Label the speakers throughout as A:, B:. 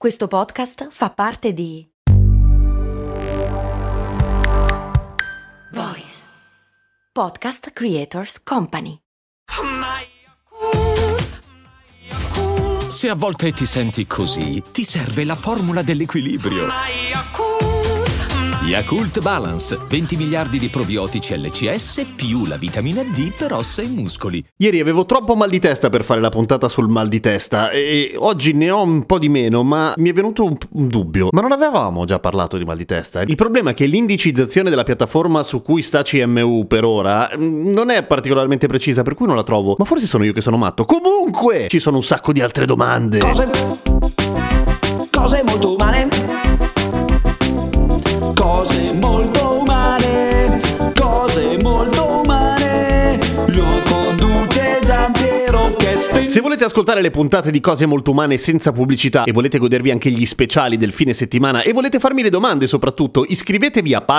A: Questo podcast fa parte di Voice Podcast Creators Company.
B: Se a volte ti senti così, ti serve la formula dell'equilibrio. Yakult Balance, 20 miliardi di probiotici LCS più la vitamina D per ossa e muscoli.
C: Ieri avevo troppo mal di testa per fare la puntata sul mal di testa e oggi ne ho un po' di meno, ma mi è venuto un dubbio. Ma non avevamo già parlato di mal di testa? Il problema è che l'indicizzazione della piattaforma su cui sta CMU per ora non è particolarmente precisa, per cui non la trovo. Ma forse sono io che sono matto. Comunque, ci sono un sacco di altre domande.
D: Cose molto umane. Cose molto umane, cose molto umane, lo conduce Giampiero che
C: Se volete ascoltare le puntate di Cose Molto Umane senza pubblicità e volete godervi anche gli speciali del fine settimana e volete farmi le domande soprattutto, iscrivetevi a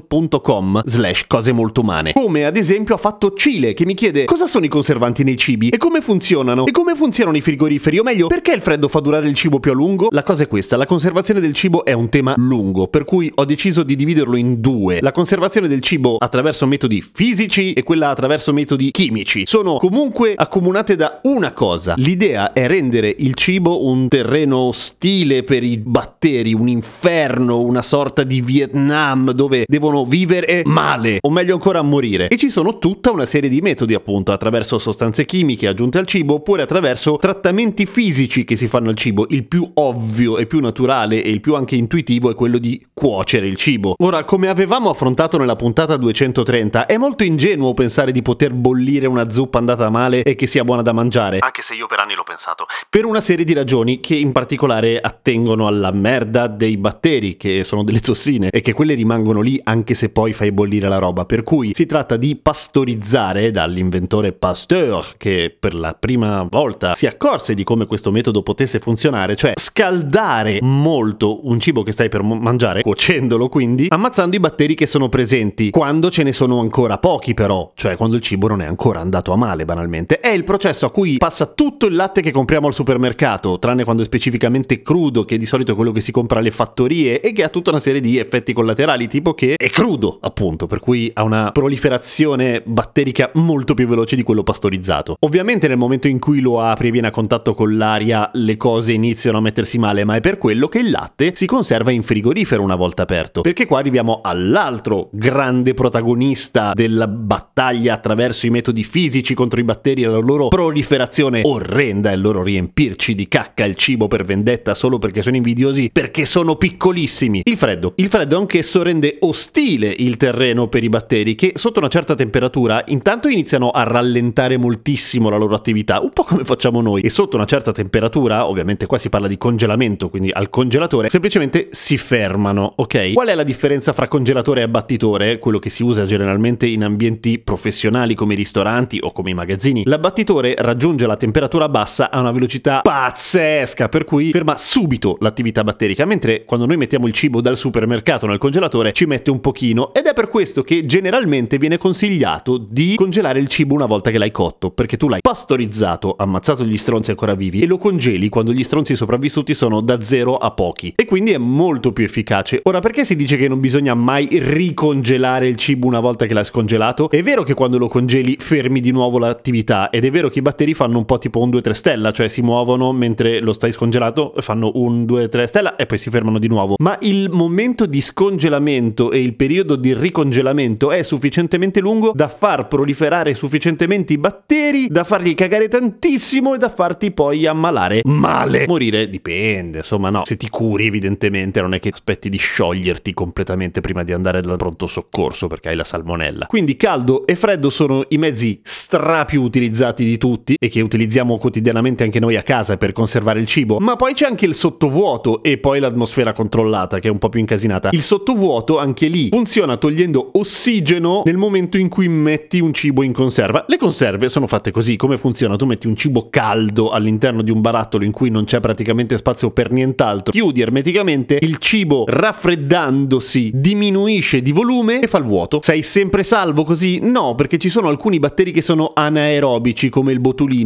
C: patreon.com/cose molto umane. Come ad esempio ha fatto Cile, che mi chiede cosa sono i conservanti nei cibi e come funzionano i frigoriferi, o meglio, perché il freddo fa durare il cibo più a lungo? La cosa è questa: la conservazione del cibo è un tema lungo, per cui ho deciso di dividerlo in due: la conservazione del cibo attraverso metodi fisici e quella attraverso metodi chimici. Sono comunque accomunate da una cosa: l'idea è rendere il cibo un terreno ostile per i batteri, un inferno, una sorta di Vietnam dove devono vivere male, o meglio ancora morire. E ci sono tutta una serie di metodi, appunto, attraverso sostanze chimiche aggiunte al cibo oppure attraverso trattamenti fisici che si fanno al cibo. Il più ovvio e più naturale e il più anche intuitivo è quello di cuocere il cibo. Ora, come avevamo affrontato nella puntata 230, è molto ingenuo pensare di poter bollire una zuppa andata male e che sia buona da mangiare, anche se io per anni l'ho pensato, per una serie di ragioni che in particolare attengono alla merda dei batteri, che sono delle tossine e che quelle rimangono lì anche se poi fai bollire la roba. Per cui si tratta di pastorizzare, dall'inventore Pasteur, che per la prima volta si accorse di come questo metodo potesse funzionare, cioè scaldare molto un cibo che stai per mangiare, cuocendolo quindi, ammazzando i batteri che sono presenti, quando ce ne sono ancora pochi però, cioè quando il cibo non è ancora andato a male banalmente. È il processo a cui passa tutto il latte che compriamo al supermercato, tranne quando è specificamente crudo, che di solito è quello che si compra alle fattorie e che ha tutta una serie di effetti collaterali, tipo che è crudo, appunto, per cui ha una proliferazione batterica molto più veloce di quello pastorizzato. Ovviamente nel momento in cui lo apri e viene a contatto con l'aria, le cose iniziano a mettersi male, ma è per quello che il latte si conserva in frigorifero una volta aperto, perché qua arriviamo all'altro grande protagonista della battaglia attraverso i metodi fisici contro i batteri e la loro proliferazione orrenda, e il loro riempirci di cacca il cibo per vendetta solo perché sono invidiosi, perché sono piccolissimi. Il freddo anch'esso rende ostile il terreno per i batteri, che sotto una certa temperatura intanto iniziano a rallentare moltissimo la loro attività, un po' come facciamo noi, e sotto una certa temperatura, ovviamente qua si parla di congelamento, quindi al congelatore, semplicemente si fermano, ok? Qual è la differenza fra congelatore e abbattitore? Quello che si usa generalmente in ambienti professionali come i ristoranti o come i magazzini. L'abbattitore raggiunge la temperatura bassa a una velocità pazzesca, per cui ferma subito l'attività batterica, mentre quando noi mettiamo il cibo dal supermercato nel congelatore ci mette un pochino, ed è per questo che generalmente viene consigliato di congelare il cibo una volta che l'hai cotto, perché tu l'hai pastorizzato, ammazzato gli stronzi ancora vivi, e lo congeli quando gli stronzi sopravvissuti sono da 0 a pochi, e quindi è molto più efficace. Ora, perché si dice che non bisogna mai ricongelare il cibo una volta che l'hai scongelato? È vero che quando lo congeli fermi di nuovo l'attività, ed è vero che i batteri fanno un po' tipo un 2-3 stella, cioè si muovono mentre lo stai scongelato, fanno un 2-3 stella e poi si fermano di nuovo, ma il momento di scongelamento e il periodo di ricongelamento è sufficientemente lungo da far proliferare sufficientemente i batteri, da farli cagare tantissimo e da farti poi ammalare male. Morire dipende, insomma, no, se ti curi evidentemente non è che aspetti di scioglierti completamente prima di andare dal pronto soccorso perché hai la salmonella. Quindi caldo e freddo sono i mezzi più utilizzati di tutti e che utilizziamo quotidianamente anche noi a casa per conservare il cibo, ma poi c'è anche il sottovuoto e poi l'atmosfera controllata, che è un po' più incasinata. Il sottovuoto anche lì funziona togliendo ossigeno nel momento in cui metti un cibo in conserva. Le conserve sono fatte così. Come funziona? Tu metti un cibo caldo all'interno di un barattolo in cui non c'è praticamente spazio per nient'altro, chiudi ermeticamente, il cibo raffreddandosi diminuisce di volume e fa il vuoto. Sei sempre salvo così? No, perché ci sono alcuni batteri che sono anaerobici, come il botulino, che non è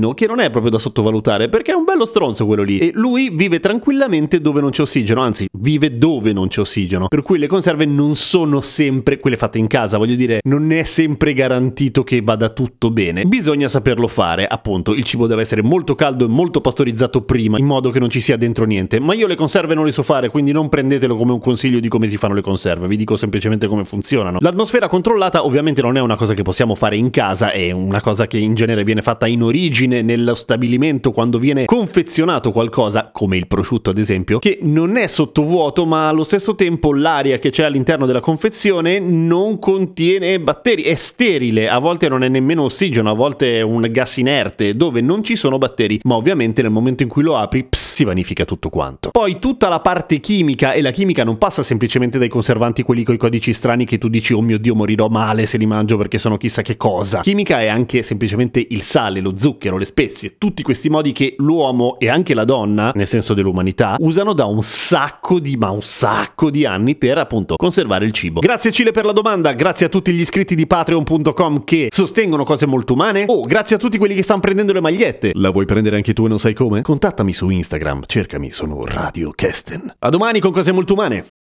C: è proprio da sottovalutare, perché è un bello stronzo quello lì, e lui vive tranquillamente dove non c'è ossigeno, anzi vive dove non c'è ossigeno, per cui le conserve non sono sempre quelle fatte in casa, voglio dire, non è sempre garantito che vada tutto bene, bisogna saperlo fare, appunto, il cibo deve essere molto caldo e molto pastorizzato prima, in modo che non ci sia dentro niente, ma io le conserve non le so fare, quindi non prendetelo come un consiglio di come si fanno le conserve, vi dico semplicemente come funzionano. L'atmosfera controllata ovviamente non è una cosa che possiamo fare in casa, è una cosa che in genere viene fatta in origine nello stabilimento quando viene confezionato qualcosa, come il prosciutto ad esempio, che non è sottovuoto, ma allo stesso tempo l'aria che c'è all'interno della confezione non contiene batteri, è sterile, a volte non è nemmeno ossigeno, a volte è un gas inerte dove non ci sono batteri, ma ovviamente nel momento in cui lo apri si vanifica tutto quanto. Poi tutta la parte chimica, e la chimica non passa semplicemente dai conservanti quelli coi codici strani che tu dici oh mio Dio morirò male se li mangio perché sono chissà che cosa. Chimica è anche semplicemente il sale, lo zucchero, le spezie, tutti questi modi che l'uomo e anche la donna, nel senso dell'umanità, usano da un sacco di anni per appunto conservare il cibo. Grazie Cile per la domanda, grazie a tutti gli iscritti di patreon.com che sostengono Cose Molto Umane. Oh, grazie a tutti quelli che stanno prendendo le magliette. La vuoi prendere anche tu e non sai come? Contattami su Instagram, cercami, sono Radio Kesten. A domani con Cose Molto Umane.